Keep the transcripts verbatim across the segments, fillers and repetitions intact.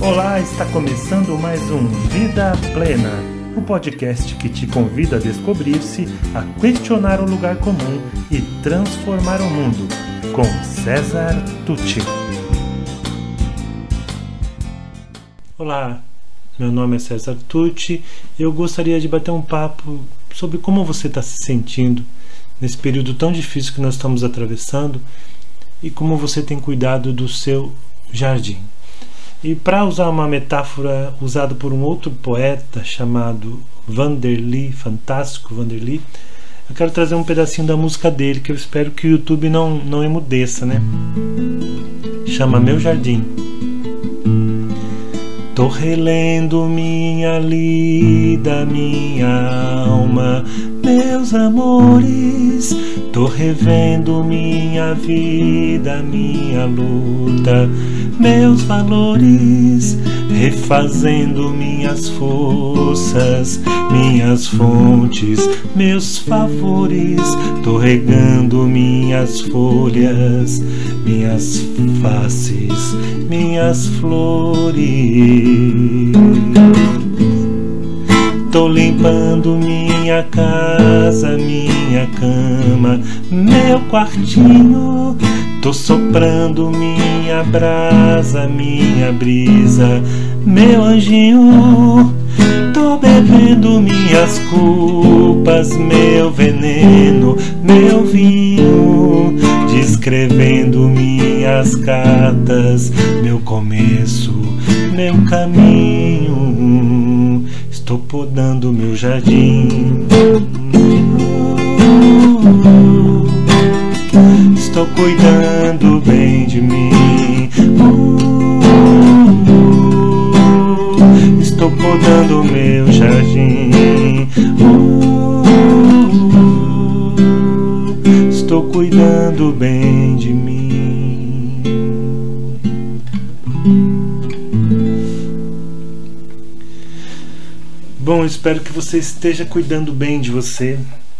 Olá, está começando mais um Vida Plena, o podcast que te convida a descobrir-se, a questionar o lugar comum e transformar o mundo, com César Tucci. Olá, meu nome é César Tucci e eu gostaria de bater um papo sobre como você está se sentindo nesse período tão difícil que nós estamos atravessando e como você tem cuidado do seu jardim. E para usar uma metáfora usada por um outro poeta chamado Vanderly, fantástico Vanderly, eu quero trazer um pedacinho da música dele, que eu espero que o YouTube não, não emudeça, né? Chama Meu Jardim. Tô relendo minha lida, minha alma, meus amores. Tô revendo minha vida, minha luta, meus valores. Refazendo minhas forças, minhas fontes, meus favores. Tô regando minhas folhas, minhas faces, minhas flores. Tô limpando minha casa, minha cama, meu quartinho. Tô soprando minha brasa, minha brisa, meu anjinho. Tô bebendo minhas culpas, meu veneno, meu vinho. Descrevendo minhas cartas, meu começo, meu caminho. Estou podando meu jardim. Estou cuidando bem de mim. Estou podando meu jardim. Estou cuidando bem de mim. Bom, espero que você esteja cuidando bem de você.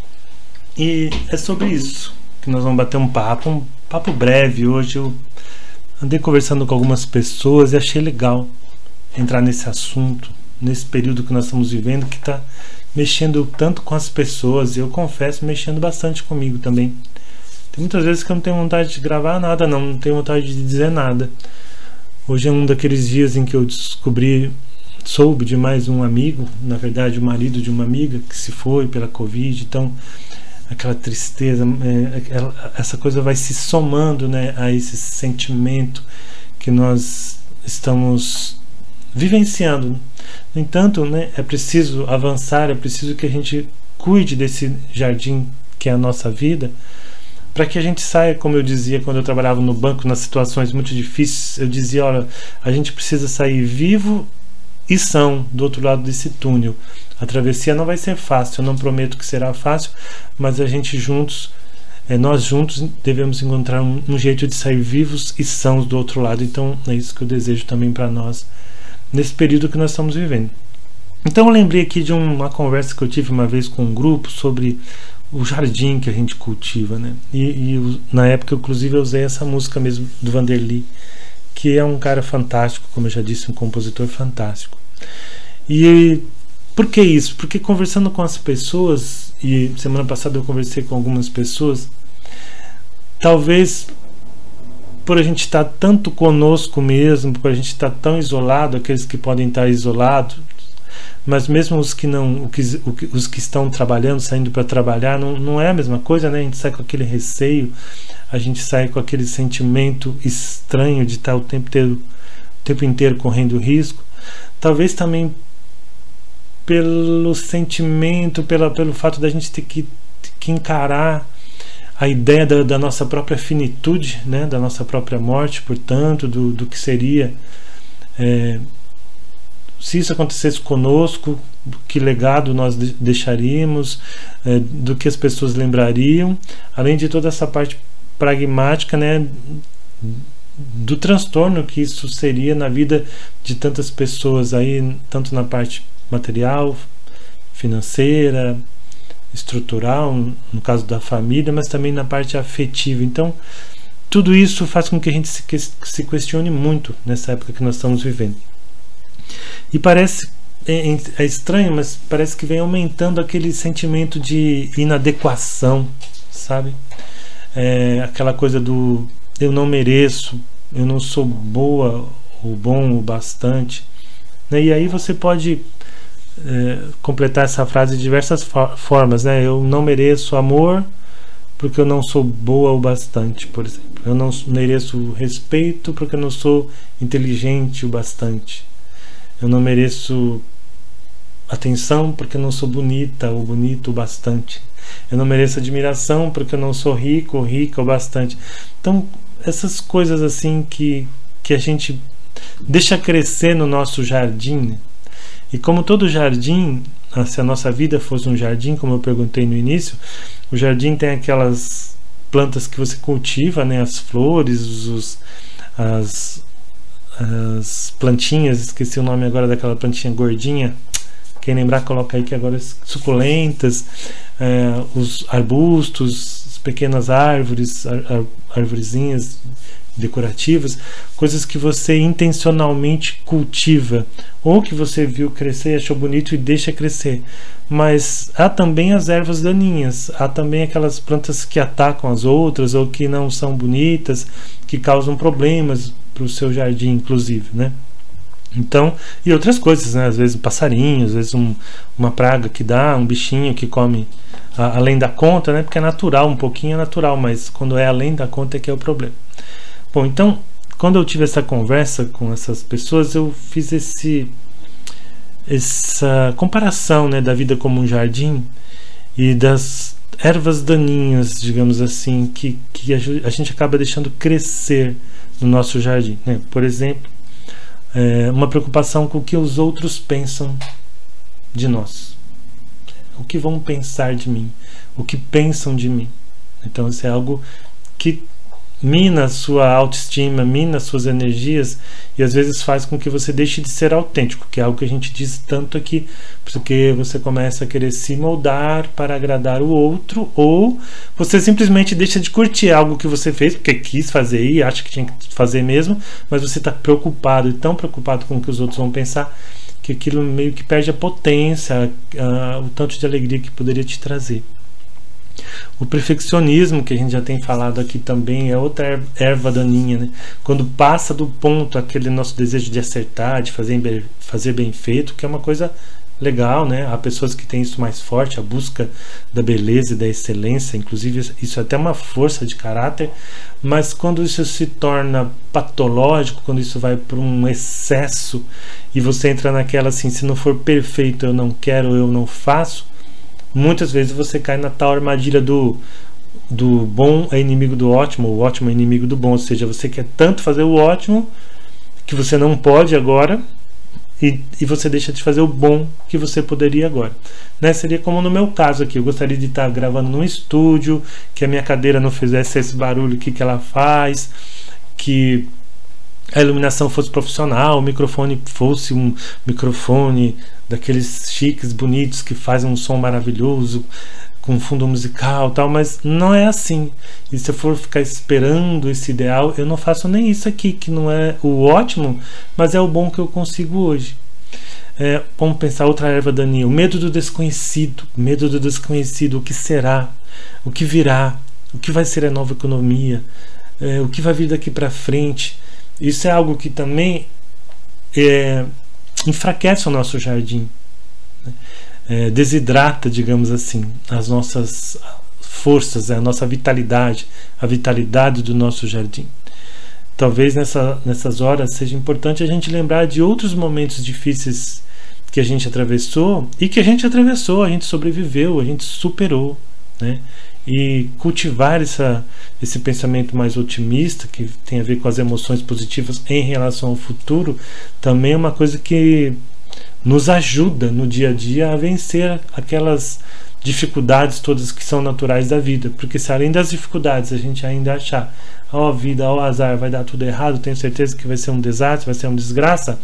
E é sobre isso que nós vamos bater um papo, um papo breve. Hoje eu andei conversando com algumas pessoas e achei legal entrar nesse assunto, nesse período que nós estamos vivendo, que está mexendo tanto com as pessoas, e eu confesso, mexendo bastante comigo também. Tem muitas vezes que eu não tenho vontade de gravar nada, não, não tenho vontade de dizer nada. Hoje é um daqueles dias em que eu descobri, soube de mais um amigo, na verdade o marido de uma amiga que se foi pela Covid. Então aquela tristeza, é, essa coisa vai se somando, né, a esse sentimento que nós estamos vivenciando. No entanto, né, é preciso avançar, é preciso que a gente cuide desse jardim que é a nossa vida, para que a gente saia, como eu dizia quando eu trabalhava no banco, nas situações muito difíceis, eu dizia, olha, a gente precisa sair vivo e são do outro lado desse túnel. A travessia não vai ser fácil, eu não prometo que será fácil, mas a gente juntos, é, nós juntos devemos encontrar um, um jeito de sair vivos e sãos do outro lado. Então é isso que eu desejo também para nós nesse período que nós estamos vivendo. Então eu lembrei aqui de uma conversa que eu tive uma vez com um grupo sobre o jardim que a gente cultiva, né? E, e na época, inclusive, eu usei essa música mesmo do Vanderly, que é um cara fantástico, como eu já disse, um compositor fantástico. E por que isso? Porque conversando com as pessoas, e semana passada eu conversei com algumas pessoas, talvez por a gente estar tanto conosco mesmo, por a gente estar tão isolado, aqueles que podem estar isolados, mas mesmo os que não, os que estão trabalhando, saindo para trabalhar, não, não é a mesma coisa, né? A gente sai com aquele receio, a gente sai com aquele sentimento estranho de estar o tempo inteiro, o tempo inteiro correndo risco. Talvez também pelo sentimento, pela, pelo fato da gente ter que, que encarar a ideia da, da nossa própria finitude, né? Da nossa própria morte, portanto, do, do que seria, é, se isso acontecesse conosco, que legado nós deixaríamos, é, do que as pessoas lembrariam, além de toda essa parte pragmática, né, do transtorno que isso seria na vida de tantas pessoas aí, tanto na parte material, financeira, estrutural, no caso da família, mas também na parte afetiva. Então tudo isso faz com que a gente se, se questione muito nessa época que nós estamos vivendo. E parece, é, é estranho, mas parece que vem aumentando aquele sentimento de inadequação, sabe? É, aquela coisa do eu não mereço, eu não sou boa ou bom o bastante, né? E aí você pode é, completar essa frase de diversas for formas, né? Eu não mereço amor porque eu não sou boa o bastante, por exemplo. Eu não mereço respeito porque eu não sou inteligente o bastante. Eu não mereço atenção porque eu não sou bonita ou bonito o bastante. Eu não mereço admiração porque eu não sou rico ou rica o bastante. Então, essas coisas assim que, que a gente deixa crescer no nosso jardim. E como todo jardim, se a nossa vida fosse um jardim, como eu perguntei no início, o jardim tem aquelas plantas que você cultiva, né, as flores, os, as, as plantinhas, esqueci o nome agora daquela plantinha gordinha, quem lembrar coloca aí que agora suculentas, é, os arbustos, as pequenas árvores, ar, ar, arvorezinhas decorativas, coisas que você intencionalmente cultiva ou que você viu crescer, achou bonito e deixa crescer. Mas há também as ervas daninhas, há também aquelas plantas que atacam as outras ou que não são bonitas, que causam problemas para o seu jardim, inclusive, né? Então, e outras coisas, né? Às vezes um passarinho, às vezes um, uma praga que dá, um bichinho que come a, além da conta, né? Porque é natural, um pouquinho é natural, mas quando é além da conta é que é o problema. Bom, então, quando eu tive essa conversa com essas pessoas, eu fiz esse, essa comparação, né, da vida como um jardim e das ervas daninhas, digamos assim, que, que a, a gente acaba deixando crescer no nosso jardim, né? Por exemplo, é, uma preocupação com o que os outros pensam de nós. O que vão pensar de mim? O que pensam de mim? Então, isso é algo que mina a sua autoestima, mina as suas energias e às vezes faz com que você deixe de ser autêntico, que é algo que a gente diz tanto aqui, porque você começa a querer se moldar para agradar o outro, ou você simplesmente deixa de curtir algo que você fez, porque quis fazer e acha que tinha que fazer mesmo, mas você está preocupado e tão preocupado com o que os outros vão pensar, que aquilo meio que perde a potência, a, o tanto de alegria que poderia te trazer. O perfeccionismo, que a gente já tem falado aqui também, é outra erva daninha, né? Quando passa do ponto aquele nosso desejo de acertar, de fazer bem, fazer bem feito, que é uma coisa legal, né? Há pessoas que têm isso mais forte, a busca da beleza e da excelência, inclusive isso é até uma força de caráter, mas quando isso se torna patológico, quando isso vai para um excesso e você entra naquela assim, se não for perfeito eu não quero, eu não faço, muitas vezes você cai na tal armadilha do, do bom é inimigo do ótimo, o ótimo é inimigo do bom, ou seja, você quer tanto fazer o ótimo que você não pode agora e, e você deixa de fazer o bom que você poderia agora, né? Seria como no meu caso aqui, eu gostaria de estar gravando num estúdio, que a minha cadeira não fizesse esse barulho que, que ela faz, que a iluminação fosse profissional, o microfone fosse um microfone daqueles chiques, bonitos, que fazem um som maravilhoso, com fundo musical e tal, mas não é assim. E se eu for ficar esperando esse ideal, eu não faço nem isso aqui, que não é o ótimo, mas é o bom que eu consigo hoje. É, vamos pensar outra erva daninha, o medo do desconhecido, medo do desconhecido, o que será, o que virá, o que vai ser a nova economia, é, o que vai vir daqui para frente. Isso é algo que também é, enfraquece o nosso jardim, né? É, desidrata, digamos assim, as nossas forças, a nossa vitalidade, a vitalidade do nosso jardim. Talvez nessa, nessas horas seja importante a gente lembrar de outros momentos difíceis que a gente atravessou e que a gente atravessou, a gente sobreviveu, a gente superou, né? E cultivar essa, esse pensamento mais otimista, que tem a ver com as emoções positivas em relação ao futuro, também é uma coisa que nos ajuda no dia a dia a vencer aquelas dificuldades todas que são naturais da vida, porque se além das dificuldades a gente ainda achar, ó, oh, vida, ó, oh, azar, vai dar tudo errado, tenho certeza que vai ser um desastre, vai ser uma desgraça,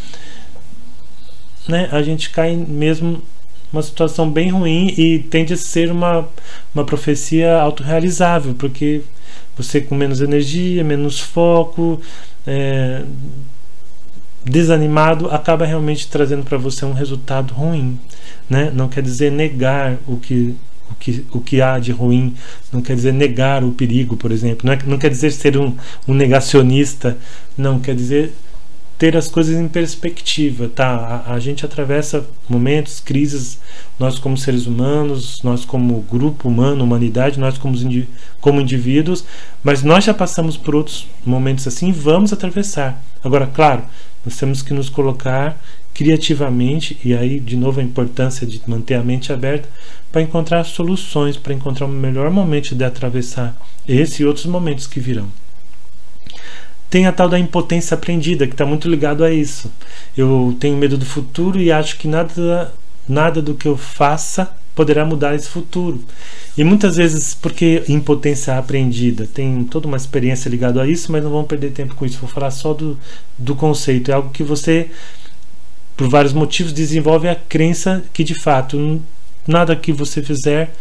né? A gente cai mesmo uma situação bem ruim e tende a ser uma, uma profecia autorrealizável, porque você com menos energia, menos foco, é, desanimado acaba realmente trazendo para você um resultado ruim, né? Não quer dizer negar o que, o, que, o que há de ruim, não quer dizer negar o perigo, por exemplo, não, é, não quer dizer ser um, um negacionista, não, quer dizer ter as coisas em perspectiva, tá? A, a gente atravessa momentos, crises, nós como seres humanos, nós como grupo humano, humanidade, nós como, indi como indivíduos, mas nós já passamos por outros momentos assim e vamos atravessar. Agora, claro, nós temos que nos colocar criativamente, e aí de novo a importância de manter a mente aberta para encontrar soluções, para encontrar o melhor momento de atravessar esse e outros momentos que virão. Tem a tal da impotência aprendida, que está muito ligado a isso. Eu tenho medo do futuro e acho que nada, nada do que eu faça poderá mudar esse futuro. E muitas vezes, porque impotência aprendida? Tem toda uma experiência ligada a isso, mas não vamos perder tempo com isso. Vou falar só do, do conceito. É algo que você, por vários motivos, desenvolve a crença que, de fato, nada que você fizer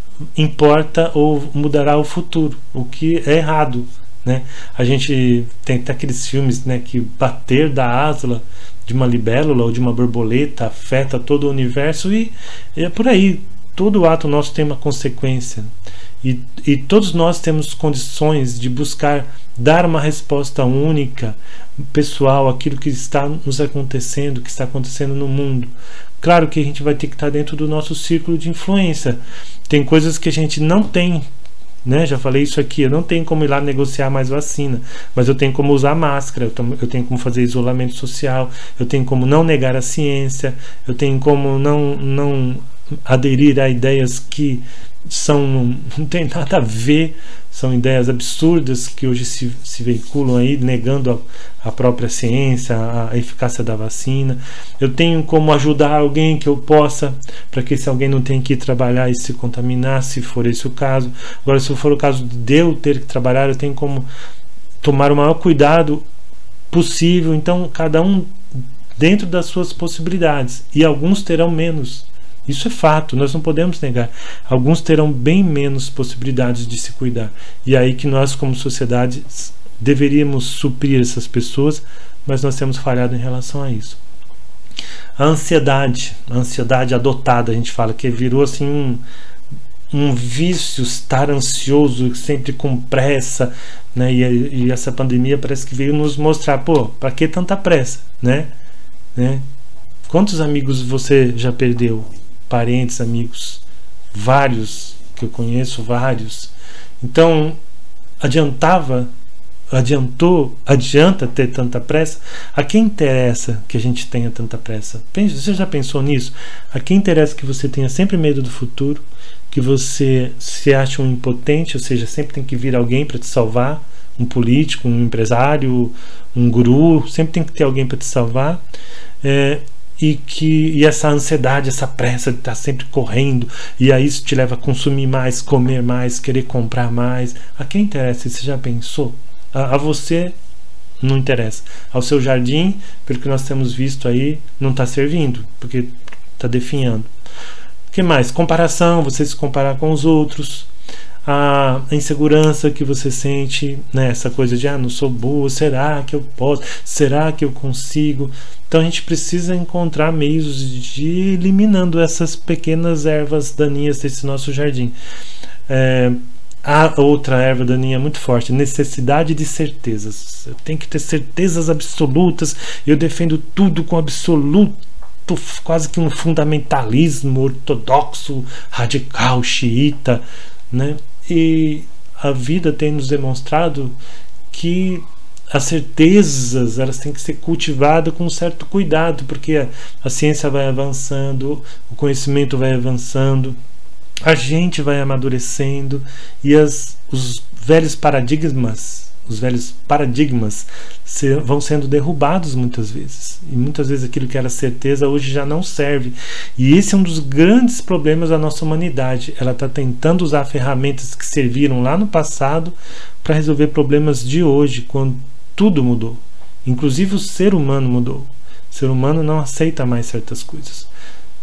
importa ou mudará o futuro, o que é errado. Né? A gente tem até aqueles filmes, né, que bater da asa de uma libélula ou de uma borboleta afeta todo o universo, e, e é por aí. Todo ato nosso tem uma consequência, e, e todos nós temos condições de buscar dar uma resposta única, pessoal, àquilo que está nos acontecendo, que está acontecendo no mundo. Claro que a gente vai ter que estar dentro do nosso círculo de influência. Tem coisas que a gente não tem, né? Já falei isso aqui, eu não tenho como ir lá negociar mais vacina, mas eu tenho como usar máscara, eu tenho como fazer isolamento social, eu tenho como não negar a ciência, eu tenho como não, não aderir a ideias que são, não tem nada a ver, são ideias absurdas que hoje se, se veiculam aí, negando a, a própria ciência, a, a eficácia da vacina. Eu tenho como ajudar alguém que eu possa, para que esse alguém não tenha que ir trabalhar e se contaminar, se for esse o caso. Agora, se for o caso de eu ter que trabalhar, eu tenho como tomar o maior cuidado possível. Então, cada um dentro das suas possibilidades, e alguns terão menos. Isso é fato, nós não podemos negar. Alguns terão bem menos possibilidades de se cuidar. E é aí que nós, como sociedade, deveríamos suprir essas pessoas, mas nós temos falhado em relação a isso. A ansiedade, a ansiedade adotada, a gente fala, que virou assim um, um vício, estar ansioso, sempre com pressa, né? E, e essa pandemia parece que veio nos mostrar, pô, para que tanta pressa, né? né? Quantos amigos você já perdeu? Parentes, amigos, vários que eu conheço, vários. Então, adiantava, adiantou, adianta ter tanta pressa? A quem interessa que a gente tenha tanta pressa? Você já pensou nisso? A quem interessa que você tenha sempre medo do futuro, que você se ache um impotente, ou seja, sempre tem que vir alguém para te salvar, um político, um empresário, um guru, sempre tem que ter alguém para te salvar. É, E, que, e essa ansiedade, essa pressa de estar sempre correndo, e aí isso te leva a consumir mais, comer mais, querer comprar mais. A quem interessa? Você já pensou? A, a você não interessa. Ao seu jardim, pelo que nós temos visto aí, não está servindo, porque está definhando. O que mais? Comparação, você se comparar com os outros. A insegurança que você sente, né? Essa coisa de, ah, não sou boa, será que eu posso? Será que eu consigo? Então a gente precisa encontrar meios de ir eliminando essas pequenas ervas daninhas desse nosso jardim. É, a outra erva daninha muito forte, necessidade de certezas. Eu tenho que ter certezas absolutas, eu defendo tudo com absoluto, quase que um fundamentalismo ortodoxo, radical, xiita, né? E a vida tem nos demonstrado que as certezas, elas têm que ser cultivadas com um certo cuidado, porque a, a ciência vai avançando, o conhecimento vai avançando, a gente vai amadurecendo, e as, os velhos paradigmas, os velhos paradigmas se, vão sendo derrubados muitas vezes, e muitas vezes aquilo que era certeza hoje já não serve, e esse é um dos grandes problemas da nossa humanidade. Ela está tentando usar ferramentas que serviram lá no passado para resolver problemas de hoje, quando tudo mudou, inclusive o ser humano mudou. O ser humano não aceita mais certas coisas.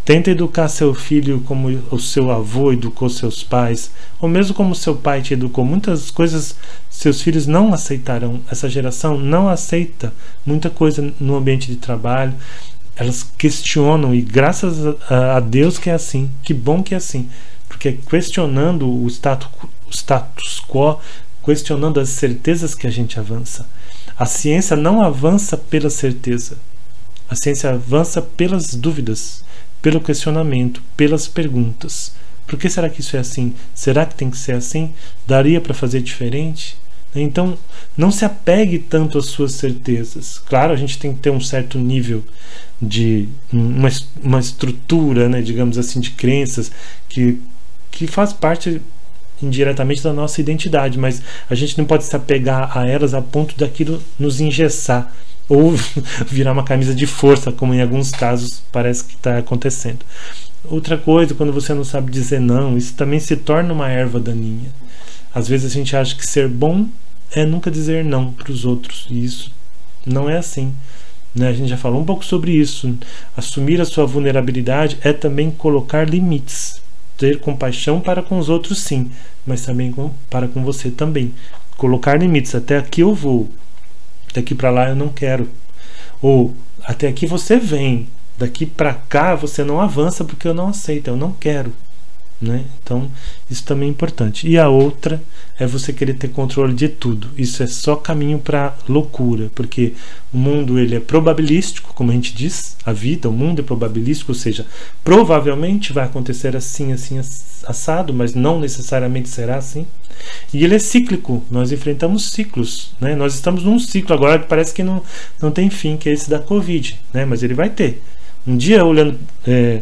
Tenta educar seu filho como o seu avô educou seus pais, ou mesmo como seu pai te educou. Muitas coisas seus filhos não aceitarão. Essa geração não aceita muita coisa no ambiente de trabalho. Elas questionam, e graças a Deus que é assim. Que bom que é assim. Porque questionando o status, o status quo, questionando as certezas que a gente avança. A ciência não avança pela certeza. A ciência avança pelas dúvidas, pelo questionamento, pelas perguntas. Por que será que isso é assim? Será que tem que ser assim? Daria para fazer diferente? Então, não se apegue tanto às suas certezas. Claro, a gente tem que ter um certo nível de uma, uma estrutura, né, digamos assim, de crenças que, que faz parte indiretamente da nossa identidade, mas a gente não pode se apegar a elas a ponto daquilo nos engessar ou virar uma camisa de força, como em alguns casos parece que está acontecendo. Outra coisa, quando você não sabe dizer não, isso também se torna uma erva daninha. Às vezes a gente acha que ser bom é nunca dizer não para os outros, e isso não é assim, né? A gente já falou um pouco sobre isso. Assumir a sua vulnerabilidade é também colocar limites, ter compaixão para com os outros, sim, mas também com, para com você também. Colocar limites. Até aqui eu vou, daqui para lá eu não quero, ou até aqui você vem, daqui para cá você não avança porque eu não aceito, eu não quero, né? Então isso também é importante. E a outra é você querer ter controle de tudo. Isso é só caminho para loucura, porque o mundo ele é probabilístico, como a gente diz, a vida, o mundo é probabilístico, ou seja, provavelmente vai acontecer assim, assim, assado, mas não necessariamente será assim. E ele é cíclico, nós enfrentamos ciclos, né? Nós estamos num ciclo agora que parece que não, não tem fim, que é esse da Covid, né? Mas ele vai ter. Um dia, olhando é,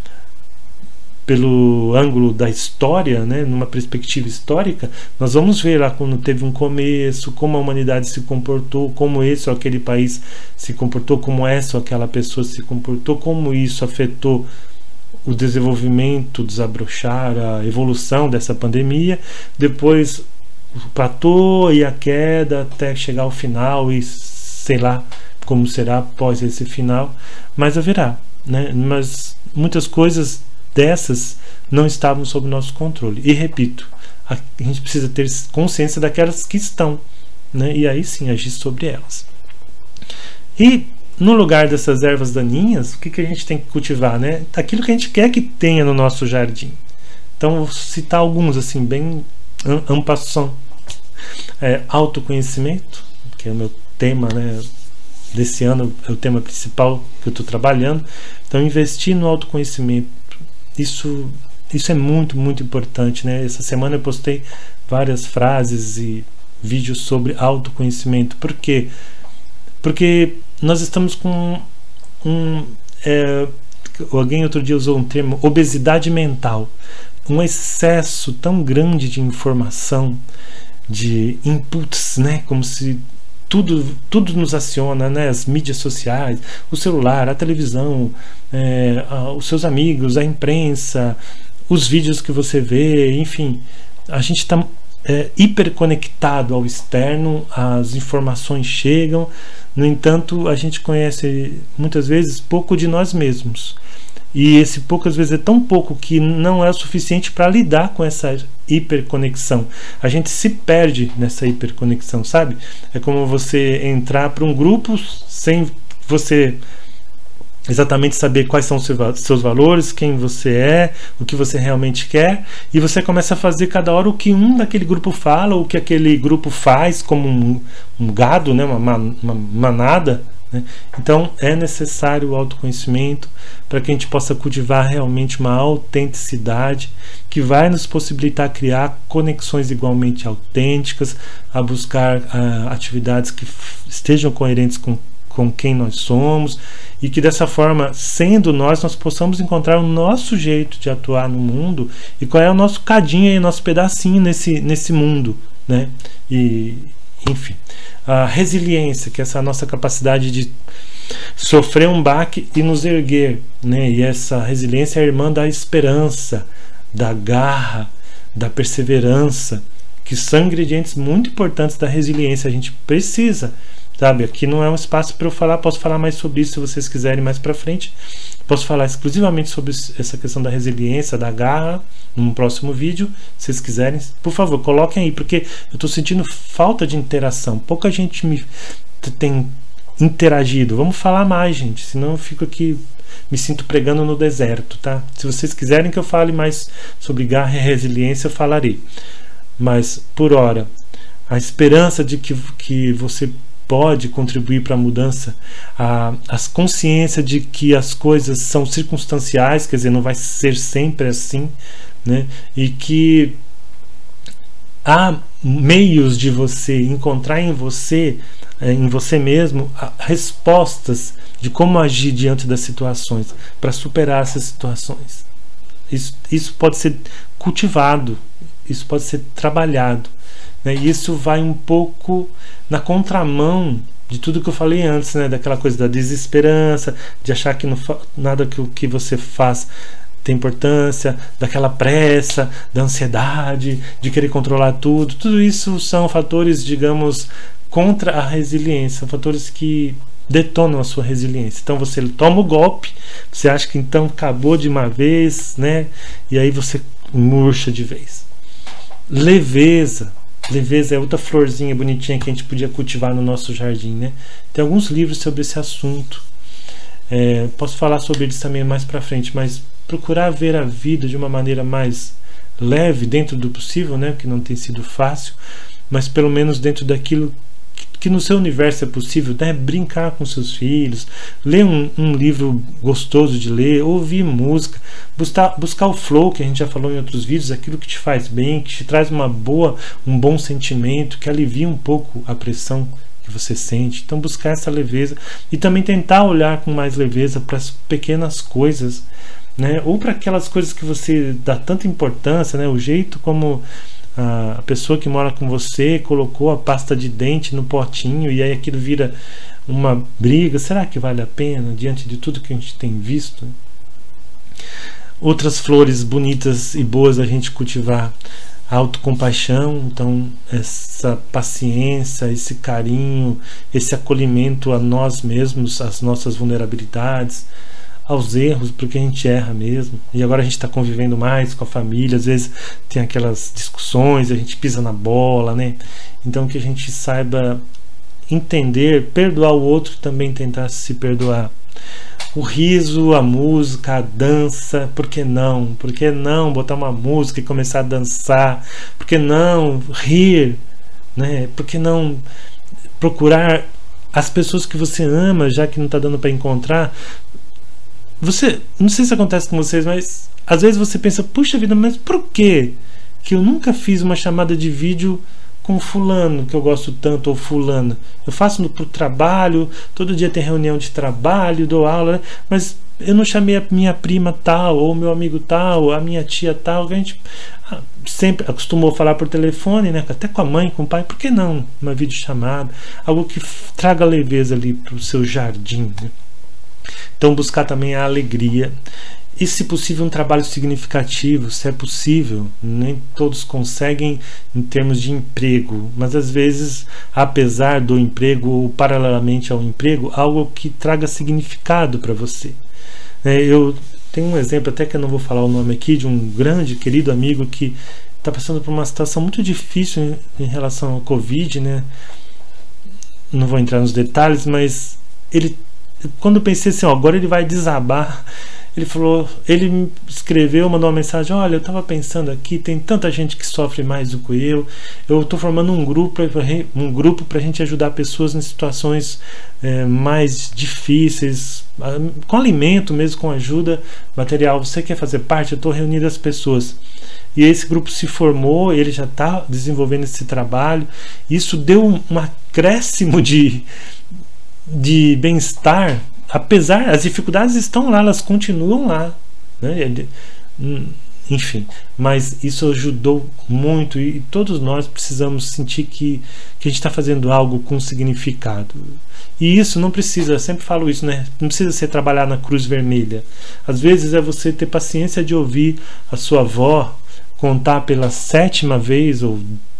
pelo ângulo da história, né, numa perspectiva histórica, nós vamos ver lá quando teve um começo, como a humanidade se comportou, como esse ou aquele país se comportou, como essa ou aquela pessoa se comportou, como isso afetou o desenvolvimento, desabrochar, a evolução dessa pandemia, depois o platô e a queda até chegar ao final, e sei lá como será após esse final, mas haverá, né? Mas muitas coisas dessas não estavam sob nosso controle. E repito, a gente precisa ter consciência daquelas que estão, né? E aí sim agir sobre elas. E no lugar dessas ervas daninhas, o que, que a gente tem que cultivar, né? Aquilo que a gente quer que tenha no nosso jardim. Então vou citar alguns assim, bem en passant. É, autoconhecimento, que é o meu tema, né, desse ano, é o tema principal que eu estou trabalhando. Então investir no autoconhecimento, isso, isso é muito, muito importante, né? Essa semana eu postei várias frases e vídeos sobre autoconhecimento. Por quê? Porque nós estamos com um... É, alguém outro dia usou um termo, obesidade mental. Um excesso tão grande de informação, de inputs, né? Como se tudo, tudo nos aciona, né? As mídias sociais, o celular, a televisão, é, a, os seus amigos, a imprensa, os vídeos que você vê, enfim, a gente está é, hiperconectado ao externo, as informações chegam, no entanto, a gente conhece muitas vezes pouco de nós mesmos. E esse pouco às vezes é tão pouco que não é o suficiente para lidar com essa hiperconexão. A gente se perde nessa hiperconexão, sabe? É como você entrar para um grupo sem você exatamente saber quais são os seus valores, quem você é, o que você realmente quer, e você começa a fazer cada hora o que um daquele grupo fala, ou o que aquele grupo faz, como um, um gado, né? uma, uma manada. Então é necessário o autoconhecimento para que a gente possa cultivar realmente uma autenticidade que vai nos possibilitar criar conexões igualmente autênticas, a buscar uh, atividades que estejam coerentes com, com quem nós somos, e que dessa forma, sendo nós, nós possamos encontrar o nosso jeito de atuar no mundo e qual é o nosso cadinho e o nosso pedacinho nesse, nesse mundo, né? E enfim, a resiliência, que é essa nossa capacidade de sofrer um baque e nos erguer, né? E essa resiliência é a irmã da esperança, da garra, da perseverança, que são ingredientes muito importantes da resiliência. A gente precisa sabe? Aqui não é um espaço para eu falar, posso falar mais sobre isso se vocês quiserem mais para frente. Posso falar exclusivamente sobre essa questão da resiliência, da garra, num próximo vídeo, se vocês quiserem. Por favor, coloquem aí, porque eu estou sentindo falta de interação. Pouca gente me tem interagido. Vamos falar mais, gente, senão eu fico aqui, me sinto pregando no deserto, tá? Se vocês quiserem que eu fale mais sobre garra e resiliência, eu falarei. Mas, por hora, a esperança de que, que você pode contribuir para a mudança, a, a consciência de que as coisas são circunstanciais, quer dizer, não vai ser sempre assim, né? E que há meios de você encontrar em você, em você mesmo, respostas de como agir diante das situações, para superar essas situações. Isso, isso pode ser cultivado, isso pode ser trabalhado. E isso vai um pouco na contramão de tudo que eu falei antes, né? Daquela coisa da desesperança, de achar que não, nada que o que você faz tem importância, daquela pressa, da ansiedade, de querer controlar tudo. Tudo isso são fatores, digamos, contra a resiliência, são fatores que detonam a sua resiliência. Então você toma o golpe, você acha que então acabou de uma vez, né? E aí você murcha de vez. Leveza. Leveza é outra florzinha bonitinha que a gente podia cultivar no nosso jardim, né? Tem alguns livros sobre esse assunto. É, posso falar sobre eles também mais pra frente, mas procurar ver a vida de uma maneira mais leve, dentro do possível, né? Que não tem sido fácil, mas pelo menos dentro daquilo que no seu universo é possível, né? Brincar com seus filhos, ler um, um livro gostoso de ler, ouvir música, buscar, buscar o flow, que a gente já falou em outros vídeos, aquilo que te faz bem, que te traz uma boa, um bom sentimento, que alivia um pouco a pressão que você sente. Então buscar essa leveza e também tentar olhar com mais leveza para as pequenas coisas, né? Ou para aquelas coisas que você dá tanta importância, né? O jeito como a pessoa que mora com você colocou a pasta de dente no potinho e aí aquilo vira uma briga. Será que vale a pena diante de tudo que a gente tem visto? Outras flores bonitas e boas a gente cultivar: a autocompaixão, então essa paciência, esse carinho, esse acolhimento a nós mesmos, às nossas vulnerabilidades, aos erros, porque a gente erra mesmo. E agora a gente está convivendo mais com a família, às vezes tem aquelas discussões, a gente pisa na bola, né? Então que a gente saiba entender, perdoar o outro, também tentar se perdoar. O riso, a música, a dança, por que não? Por que não botar uma música e começar a dançar? Por que não rir, né? Por que não procurar as pessoas que você ama, já que não está dando para encontrar? Você, não sei se acontece com vocês, mas às vezes você pensa, puxa vida, mas por que que eu nunca fiz uma chamada de vídeo com fulano, que eu gosto tanto, ou fulana? Eu faço no pro trabalho, todo dia tem reunião de trabalho, dou aula, né? Mas eu não chamei a minha prima tal, ou meu amigo tal, a minha tia tal, que a gente sempre acostumou a falar por telefone, né? Até com a mãe, com o pai. Por que não uma videochamada? Algo que traga leveza ali pro seu jardim, né? Então buscar também a alegria e, se possível, um trabalho significativo, se é possível. Nem todos conseguem em termos de emprego, mas às vezes, apesar do emprego ou paralelamente ao emprego, algo que traga significado para você. É, eu tenho um exemplo, até que eu não vou falar o nome aqui, de um grande, querido amigo que está passando por uma situação muito difícil em, em relação ao Covid, né? Não vou entrar nos detalhes, mas ele, quando eu pensei assim, ó, agora ele vai desabar, ele falou, ele me escreveu, mandou uma mensagem: olha, eu estava pensando aqui, tem tanta gente que sofre mais do que eu, eu estou formando um grupo, um grupo para a gente ajudar pessoas em situações é, mais difíceis, com alimento mesmo, com ajuda material. Você quer fazer parte? Eu estou reunindo as pessoas. E esse grupo se formou, ele já está desenvolvendo esse trabalho. Isso deu um, um acréscimo de de bem-estar, apesar, as dificuldades estão lá, elas continuam lá, né? Enfim, mas isso ajudou muito, e todos nós precisamos sentir que, que a gente está fazendo algo com significado. E isso não precisa, eu sempre falo isso, né? Não precisa ser trabalhar na Cruz Vermelha. Às vezes é você ter paciência de ouvir a sua avó contar pela sétima vez ou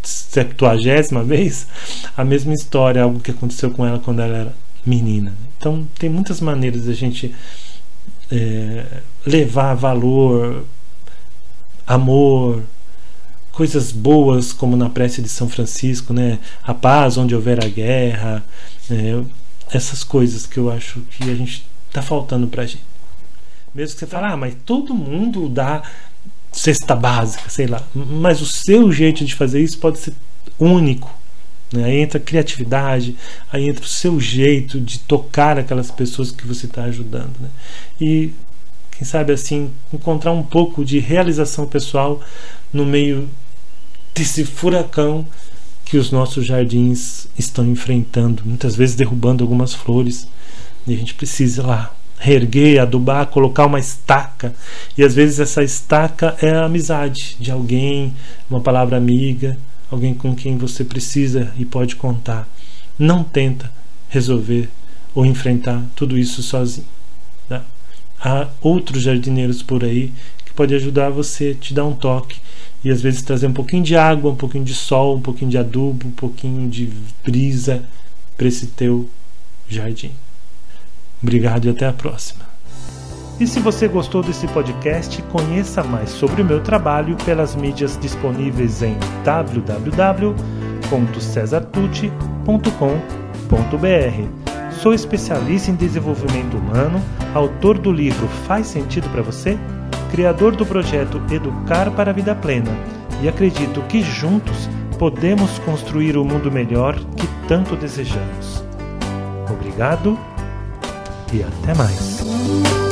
septuagésima vez a mesma história, algo que aconteceu com ela quando ela era menina. Então tem muitas maneiras de a gente é, levar valor, amor, coisas boas, como na prece de São Francisco, né? A paz onde houver a guerra, é, essas coisas que eu acho que a gente está faltando pra gente. Mesmo que você fale, ah, mas todo mundo dá cesta básica, sei lá, mas o seu jeito de fazer isso pode ser único, né? Aí entra a criatividade, aí entra o seu jeito de tocar aquelas pessoas que você está ajudando, né? E quem sabe assim encontrar um pouco de realização pessoal no meio desse furacão que os nossos jardins estão enfrentando, muitas vezes derrubando algumas flores, e a gente precisa lá reerguer, adubar, colocar uma estaca, e às vezes essa estaca é a amizade de alguém, uma palavra amiga, alguém com quem você precisa e pode contar. Não tenta resolver ou enfrentar tudo isso sozinho, tá? Há outros jardineiros por aí que podem ajudar você, te dar um toque e às vezes trazer um pouquinho de água, um pouquinho de sol, um pouquinho de adubo, um pouquinho de brisa para esse teu jardim. Obrigado e até a próxima. E se você gostou desse podcast, conheça mais sobre o meu trabalho pelas mídias disponíveis em w w w ponto cesar tucci ponto com ponto b r. Sou especialista em desenvolvimento humano, autor do livro Faz Sentido para Você?, criador do projeto Educar para a Vida Plena, e acredito que juntos podemos construir o mundo melhor que tanto desejamos. Obrigado e até mais.